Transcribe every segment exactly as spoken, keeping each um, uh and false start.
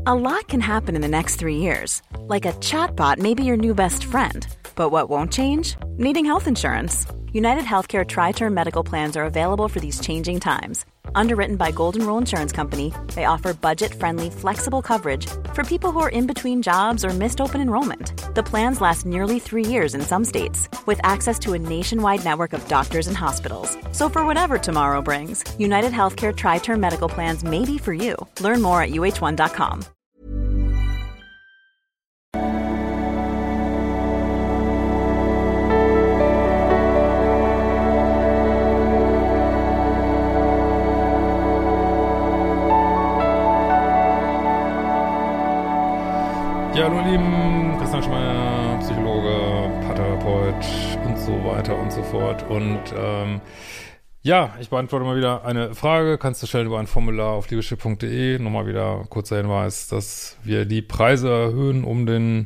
A lot can happen in the next three years. Like a chatbot may be your new best friend. But what won't change? Needing health insurance. United Healthcare Tri-Term Medical Plans are available for these changing times. Underwritten by Golden Rule Insurance Company, they offer budget-friendly, flexible coverage for people who are in between jobs or missed open enrollment. The plans last nearly three years in some states, with access to a nationwide network of doctors and hospitals. So for whatever tomorrow brings, United Healthcare Tri-Term Medical Plans may be for you. Learn more at U H one dot com. Ja, hallo ihr Lieben, Christian Schmeier, Psychologe, Paartherapeut und so weiter und so fort. Und ähm, ja, ich beantworte mal wieder eine Frage. Kannst du stellen über ein Formular auf liebeschiff punkt de. Nochmal wieder kurzer Hinweis, dass wir die Preise erhöhen um den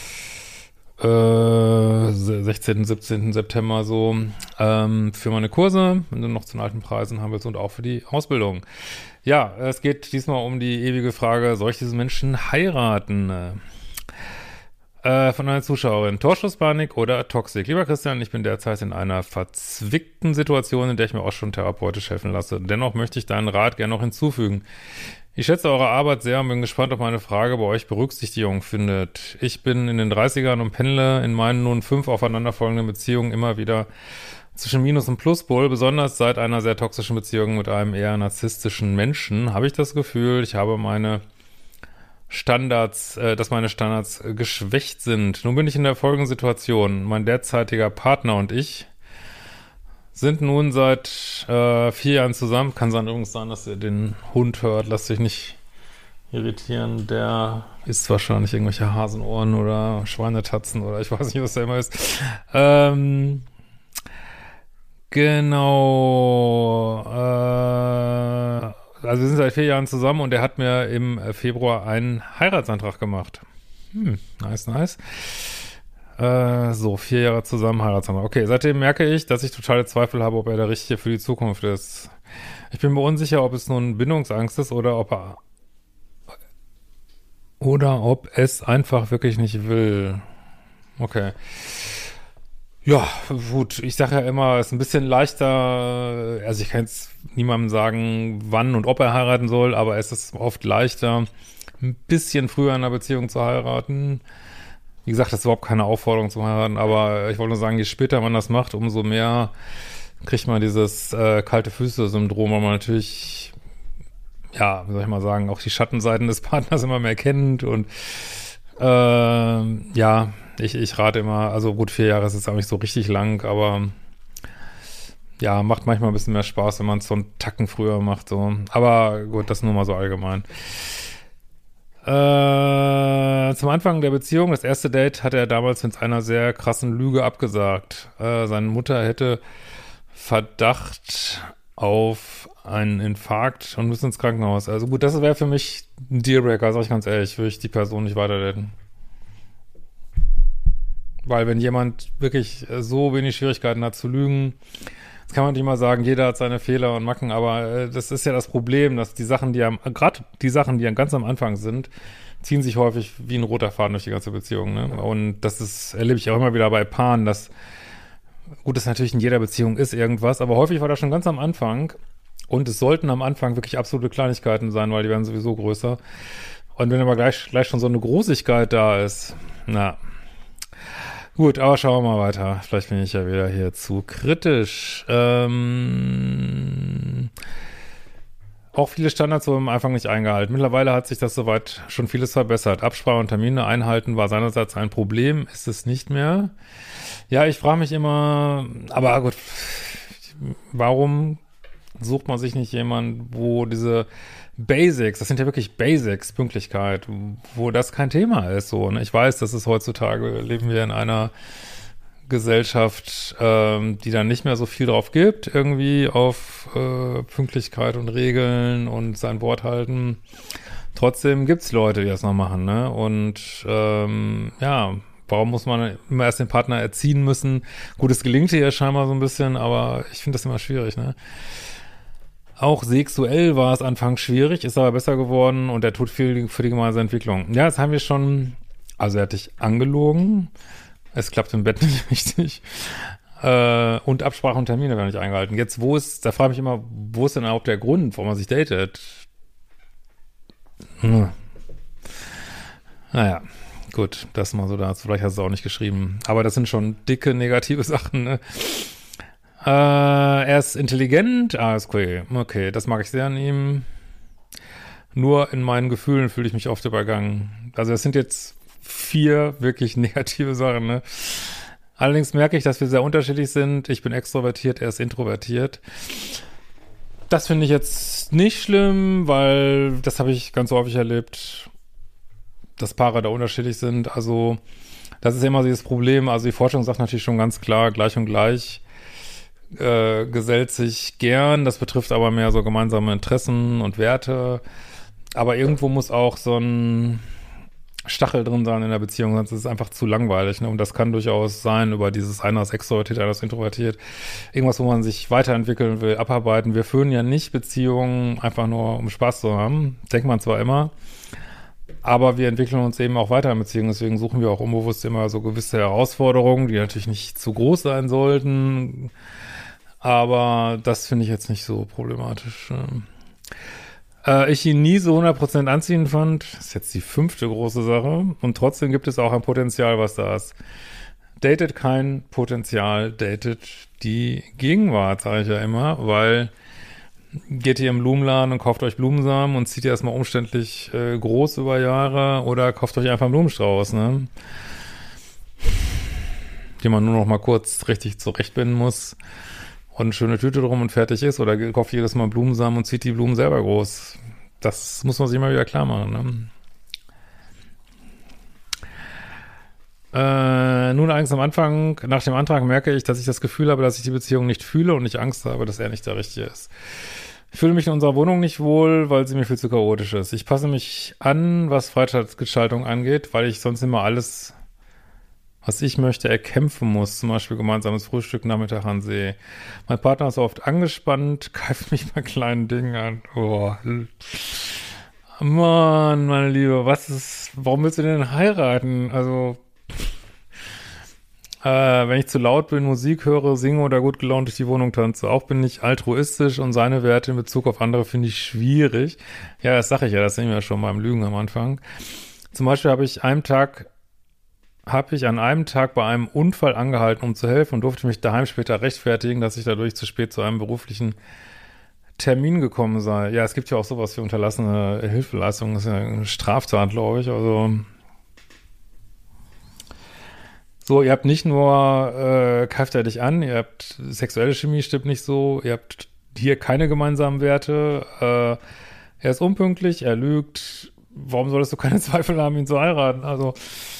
äh, sechzehnten, siebzehnten September so ähm, für meine Kurse, wenn du noch zu den alten Preisen haben willst, und auch für die Ausbildung. Ja, es geht diesmal um die ewige Frage, soll ich diesen Menschen heiraten? Äh, von einer Zuschauerin. Torschusspanik oder Toxik? Lieber Christian, ich bin derzeit in einer verzwickten Situation, in der ich mir auch schon therapeutisch helfen lasse. Dennoch möchte ich deinen Rat gerne noch hinzufügen. Ich schätze eure Arbeit sehr und bin gespannt, ob meine Frage bei euch Berücksichtigung findet. Ich bin in den dreißigern und pendle in meinen nun fünf aufeinanderfolgenden Beziehungen immer wieder zwischen Minus- und Pluspol. Besonders seit einer sehr toxischen Beziehung mit einem eher narzisstischen Menschen habe ich das Gefühl, ich habe meine Standards, äh, dass meine Standards äh, geschwächt sind. Nun bin ich in der folgenden Situation. Mein derzeitiger Partner und ich sind nun seit äh, vier Jahren zusammen. Kann sein übrigens sein, dass ihr den Hund hört. Lasst euch nicht irritieren. Der isst wahrscheinlich irgendwelche Hasenohren oder Schweinetatzen oder ich weiß nicht, was der immer ist. Ähm, genau. Äh, Also wir sind seit vier Jahren zusammen und er hat mir im Februar einen Heiratsantrag gemacht. Hm, nice, nice. Äh, so, vier Jahre zusammen, Heiratsantrag. Okay, seitdem merke ich, dass ich totale Zweifel habe, ob er der Richtige für die Zukunft ist. Ich bin mir unsicher, ob es nun Bindungsangst ist oder ob er oder ob es einfach wirklich nicht will. Okay. Ja, gut, ich sage ja immer, es ist ein bisschen leichter, also ich kann jetzt niemandem sagen, wann und ob er heiraten soll, aber es ist oft leichter, ein bisschen früher in einer Beziehung zu heiraten. Wie gesagt, das ist überhaupt keine Aufforderung zum Heiraten, aber ich wollte nur sagen, je später man das macht, umso mehr kriegt man dieses äh, kalte Füße-Syndrom, weil man natürlich, ja, wie soll ich mal sagen, auch die Schattenseiten des Partners immer mehr kennt und äh, ja, Ich, ich rate immer, also gut, vier Jahre ist jetzt auch nicht so richtig lang, aber ja, macht manchmal ein bisschen mehr Spaß, wenn man es so einen Tacken früher macht, so. Aber gut, das nur mal so allgemein. Äh, zum Anfang der Beziehung, das erste Date, hat er damals mit einer sehr krassen Lüge abgesagt. Äh, seine Mutter hätte Verdacht auf einen Infarkt und müssen ins Krankenhaus. Also gut, das wäre für mich ein Dealbreaker, sag ich ganz ehrlich, würde ich die Person nicht weiter daten. Weil wenn jemand wirklich so wenig Schwierigkeiten hat zu lügen, das kann man nicht mal sagen, jeder hat seine Fehler und Macken, aber äh, das ist ja das Problem, dass die Sachen, die am, gerade die Sachen, die ganz am Anfang sind, ziehen sich häufig wie ein roter Faden durch die ganze Beziehung, ne? Und das ist, erlebe ich auch immer wieder bei Paaren, dass, gut, das natürlich in jeder Beziehung ist irgendwas, aber häufig war das schon ganz am Anfang und es sollten am Anfang wirklich absolute Kleinigkeiten sein, weil die werden sowieso größer. Und wenn aber gleich, gleich schon so eine Großigkeit da ist, na, gut, aber schauen wir mal weiter. Vielleicht bin ich ja wieder hier zu kritisch. Ähm, auch viele Standards wurden am Anfang nicht eingehalten. Mittlerweile hat sich das soweit schon vieles verbessert. Absprache und Termine einhalten war seinerseits ein Problem, ist es nicht mehr. Ja, ich frage mich immer, aber gut, warum sucht man sich nicht jemanden, wo diese Basics, das sind ja wirklich Basics, Pünktlichkeit, wo das kein Thema ist, so, ne? Ich weiß, dass es heutzutage, leben wir in einer Gesellschaft, ähm, die dann nicht mehr so viel drauf gibt, irgendwie auf äh, Pünktlichkeit und Regeln und sein Wort halten. Trotzdem gibt's Leute, die das noch machen, ne? Und ähm, ja, warum muss man immer erst den Partner erziehen müssen? Gut, es gelingt hier scheinbar so ein bisschen, aber ich finde das immer schwierig, ne? Auch sexuell war es anfangs schwierig, ist aber besser geworden und er tut viel für die gemeinsame Entwicklung. Ja, das haben wir schon, also er hat dich angelogen, es klappt im Bett nicht richtig äh, und Absprachen und Termine werden nicht eingehalten. Jetzt, wo ist, da frage ich mich immer, wo ist denn überhaupt der Grund, warum man sich datet? Hm. Naja, gut, das mal so dazu. Vielleicht hast du es auch nicht geschrieben. Aber das sind schon dicke negative Sachen, ne? Äh, er ist intelligent. Ah, ist cool. Okay, das mag ich sehr an ihm. Nur in meinen Gefühlen fühle ich mich oft übergangen. Also das sind jetzt vier wirklich negative Sachen, ne? Allerdings merke ich, dass wir sehr unterschiedlich sind. Ich bin extrovertiert, er ist introvertiert. Das finde ich jetzt nicht schlimm, weil das habe ich ganz häufig erlebt, dass Paare da unterschiedlich sind. Also das ist ja immer dieses Problem. Also die Forschung sagt natürlich schon ganz klar, gleich und gleich äh, gesellt sich gern. Das betrifft aber mehr so gemeinsame Interessen und Werte. Aber irgendwo muss auch so ein Stachel drin sein in der Beziehung, sonst ist es einfach zu langweilig. Ne? Und das kann durchaus sein über dieses einer ist extrovertiert, einer ist introvertiert. Irgendwas, wo man sich weiterentwickeln will, abarbeiten. Wir führen ja nicht Beziehungen einfach nur, um Spaß zu haben. Denkt man zwar immer, aber wir entwickeln uns eben auch weiter in Beziehungen. Deswegen suchen wir auch unbewusst immer so gewisse Herausforderungen, die natürlich nicht zu groß sein sollten. Aber das finde ich jetzt nicht so problematisch. Äh, ich ihn nie so hundert Prozent anziehend fand. Das ist jetzt die fünfte große Sache. Und trotzdem gibt es auch ein Potenzial, was da ist. Datet kein Potenzial, datet die Gegenwart, sage ich ja immer, weil geht ihr im Blumenladen und kauft euch Blumensamen und zieht ihr erstmal umständlich äh, groß über Jahre oder kauft euch einfach einen Blumenstrauß, ne? Den man nur noch mal kurz richtig zurechtbinden muss und eine schöne Tüte drum und fertig ist, oder kauft jedes Mal Blumensamen und zieht die Blumen selber groß. Das muss man sich immer wieder klar machen, ne? Äh, nun allerdings am Anfang, nach dem Antrag merke ich, dass ich das Gefühl habe, dass ich die Beziehung nicht fühle und ich Angst habe, dass er nicht der Richtige ist. Ich fühle mich in unserer Wohnung nicht wohl, weil sie mir viel zu chaotisch ist. Ich passe mich an, was Freizeitgestaltung angeht, weil ich sonst immer alles, was ich möchte, erkämpfen muss. Zum Beispiel gemeinsames Frühstück, Nachmittag an See. Mein Partner ist oft angespannt, greift mich bei kleinen Dingen an. Oh. Mann, meine Liebe, was ist, warum willst du denn heiraten? Also, Äh, wenn ich zu laut bin, Musik höre, singe oder gut gelaunt durch die Wohnung tanze. Auch bin ich altruistisch und seine Werte in Bezug auf andere finde ich schwierig. Ja, das sage ich ja, das sehen wir ja schon beim Lügen am Anfang. Zum Beispiel habe ich einen Tag, habe ich an einem Tag bei einem Unfall angehalten, um zu helfen und durfte mich daheim später rechtfertigen, dass ich dadurch zu spät zu einem beruflichen Termin gekommen sei. Ja, es gibt ja auch sowas wie unterlassene Hilfeleistungen. Das ist ja eine Straftat, glaube ich, also... So, ihr habt nicht nur, äh, greift er dich an, ihr habt sexuelle Chemie stimmt nicht so, ihr habt hier keine gemeinsamen Werte, äh, er ist unpünktlich, er lügt, warum solltest du keine Zweifel haben, ihn zu heiraten? Also,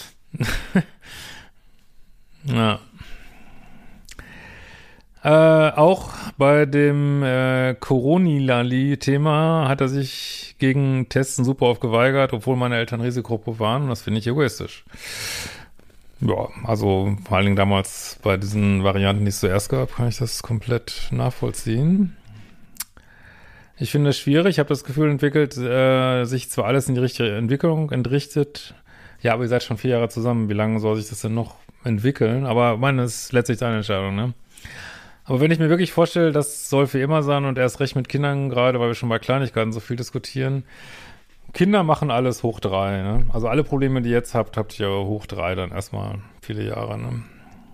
ja. Äh, auch bei dem äh, Coronilali-Thema hat er sich gegen Testen super oft geweigert, obwohl meine Eltern Risikogruppe waren, und das finde ich egoistisch. Ja, also vor allen Dingen damals bei diesen Varianten, die es zuerst gab, kann ich das komplett nachvollziehen. Ich finde es schwierig, ich habe das Gefühl entwickelt, äh, sich zwar alles in die richtige Entwicklung entrichtet, ja, aber ihr seid schon vier Jahre zusammen, wie lange soll sich das denn noch entwickeln? Aber meine, das ist letztlich deine Entscheidung, ne? Aber wenn ich mir wirklich vorstelle, das soll für immer sein und erst recht mit Kindern, gerade weil wir schon bei Kleinigkeiten so viel diskutieren, Kinder machen alles hoch drei, ne? Also alle Probleme, die ihr jetzt habt, habt ihr hoch drei dann erstmal viele Jahre, ne?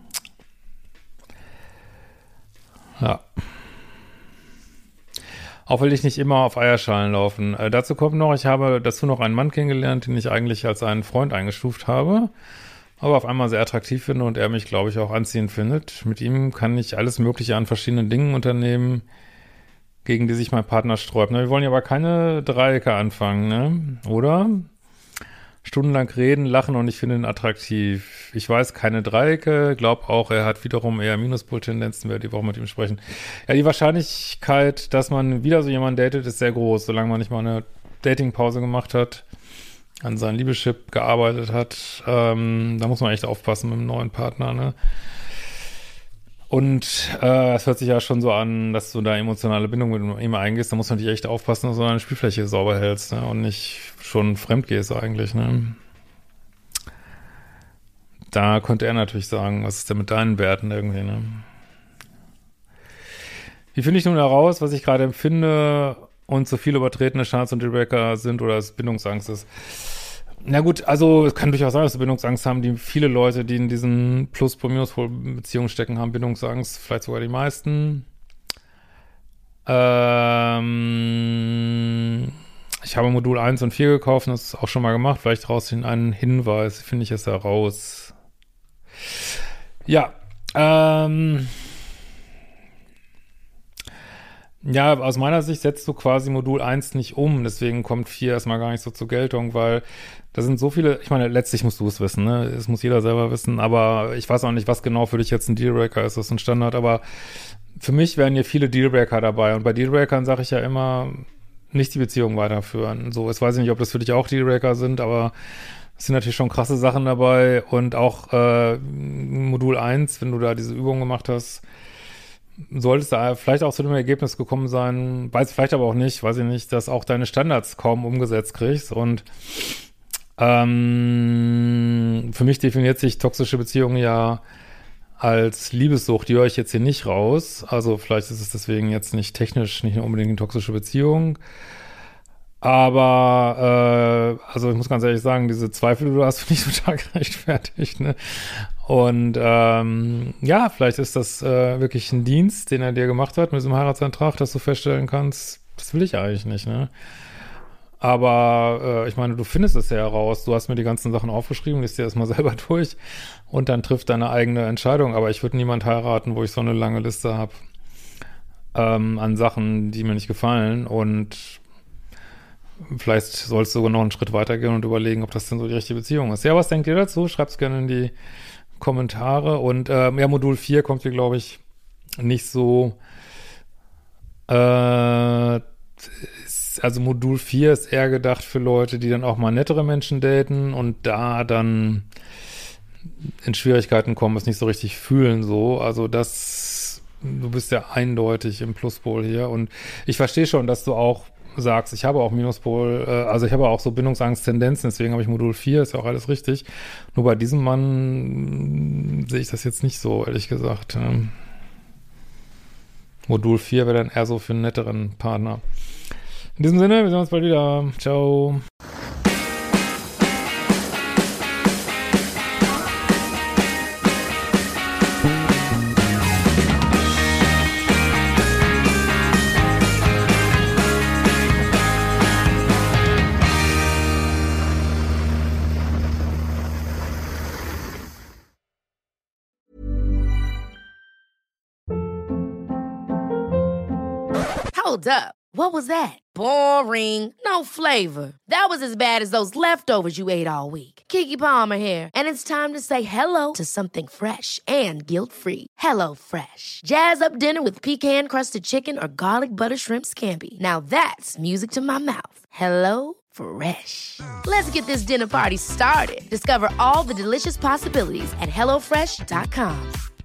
Ja. Auch will ich nicht immer auf Eierschalen laufen. Äh, dazu kommt noch, ich habe dazu noch einen Mann kennengelernt, den ich eigentlich als einen Freund eingestuft habe, aber auf einmal sehr attraktiv finde und er mich, glaube ich, auch anziehend findet. Mit ihm kann ich alles Mögliche an verschiedenen Dingen unternehmen, gegen die sich mein Partner sträubt. Ne, wir wollen ja aber keine Dreiecke anfangen, ne? Oder? Stundenlang reden, lachen und ich finde ihn attraktiv. Ich weiß keine Dreiecke, glaube auch, er hat wiederum eher Minuspol-Tendenzen, werde die Woche mit ihm sprechen. Ja, die Wahrscheinlichkeit, dass man wieder so jemanden datet, ist sehr groß, solange man nicht mal eine Datingpause gemacht hat, an seinem Liebeschip gearbeitet hat. Ähm, da muss man echt aufpassen mit dem neuen Partner, ne? Und äh, es hört sich ja schon so an, dass du da emotionale Bindung mit ihm eingehst. Da muss man natürlich echt aufpassen, dass du deine Spielfläche sauber hältst, ne? Und nicht schon fremd gehst eigentlich, ne? Da könnte er natürlich sagen, was ist denn mit deinen Werten irgendwie, ne? Wie finde ich nun heraus, was ich gerade empfinde und so viele übertretene Standards und Dealbreaker sind oder es Bindungsangst ist? Na gut, also es kann durchaus sein, dass wir Bindungsangst haben. Die viele Leute, die in diesen Plus-Minus-Beziehungen stecken, haben Bindungsangst. Vielleicht sogar die meisten. Ähm, ich habe Modul eins und vier gekauft und das auch schon mal gemacht. Vielleicht raus in einen Hinweis. Finde ich es heraus. Ja, ähm... Ja, aus meiner Sicht setzt du quasi Modul eins nicht um, deswegen kommt vier erstmal gar nicht so zur Geltung, weil da sind so viele, ich meine, letztlich musst du es wissen, ne? Es muss jeder selber wissen, aber ich weiß auch nicht, was genau für dich jetzt ein Dealbreaker ist, das ist ein Standard, aber für mich wären hier viele Dealbreaker dabei und bei Dealbreakern sage ich ja immer, nicht die Beziehung weiterführen. So, jetzt weiß ich nicht, ob das für dich auch Dealbreaker sind, aber es sind natürlich schon krasse Sachen dabei und auch äh, Modul eins, wenn du da diese Übung gemacht hast, solltest du vielleicht auch zu dem Ergebnis gekommen sein, weiß vielleicht aber auch nicht, weiß ich nicht, dass auch deine Standards kaum umgesetzt kriegst und ähm, für mich definiert sich toxische Beziehungen ja als Liebessucht, die höre ich jetzt hier nicht raus, also vielleicht ist es deswegen jetzt nicht technisch nicht unbedingt eine toxische Beziehung, aber äh, also ich muss ganz ehrlich sagen, diese Zweifel, die du hast, finde ich total gerechtfertigt, ne? Und ähm, ja, vielleicht ist das äh, wirklich ein Dienst, den er dir gemacht hat mit diesem Heiratsantrag, dass du feststellen kannst, das will ich eigentlich nicht, ne? Aber äh, ich meine, du findest es ja heraus, du hast mir die ganzen Sachen aufgeschrieben, liest dir das mal selber durch und dann trifft deine eigene Entscheidung. Aber ich würde niemand heiraten, wo ich so eine lange Liste habe ähm, an Sachen, die mir nicht gefallen und vielleicht sollst du sogar noch einen Schritt weitergehen und überlegen, ob das denn so die richtige Beziehung ist. Ja, was denkt ihr dazu? Schreibt es gerne in die Kommentare. Und ähm, ja, Modul vier kommt hier, glaube ich, nicht so äh, ist, also Modul vier ist eher gedacht für Leute, die dann auch mal nettere Menschen daten und da dann in Schwierigkeiten kommen, es nicht so richtig fühlen so. Also das, du bist ja eindeutig im Pluspol hier und ich verstehe schon, dass du auch sagst, ich habe auch Minuspol, äh, also ich habe auch so Bindungsangst-Tendenzen, deswegen habe ich Modul vier, ist ja auch alles richtig. Nur bei diesem Mann sehe ich das jetzt nicht so, ehrlich gesagt. Ähm, Modul vier wäre dann eher so für einen netteren Partner. In diesem Sinne, wir sehen uns bald wieder. Ciao. Hold up. What was that? Boring. No flavor. That was as bad as those leftovers you ate all week. Keke Palmer here. And it's time to say hello to something fresh and guilt-free. Hello Fresh. Jazz up dinner with pecan-crusted chicken or garlic butter shrimp scampi. Now that's music to my mouth. Hello Fresh. Let's get this dinner party started. Discover all the delicious possibilities at hello fresh dot com.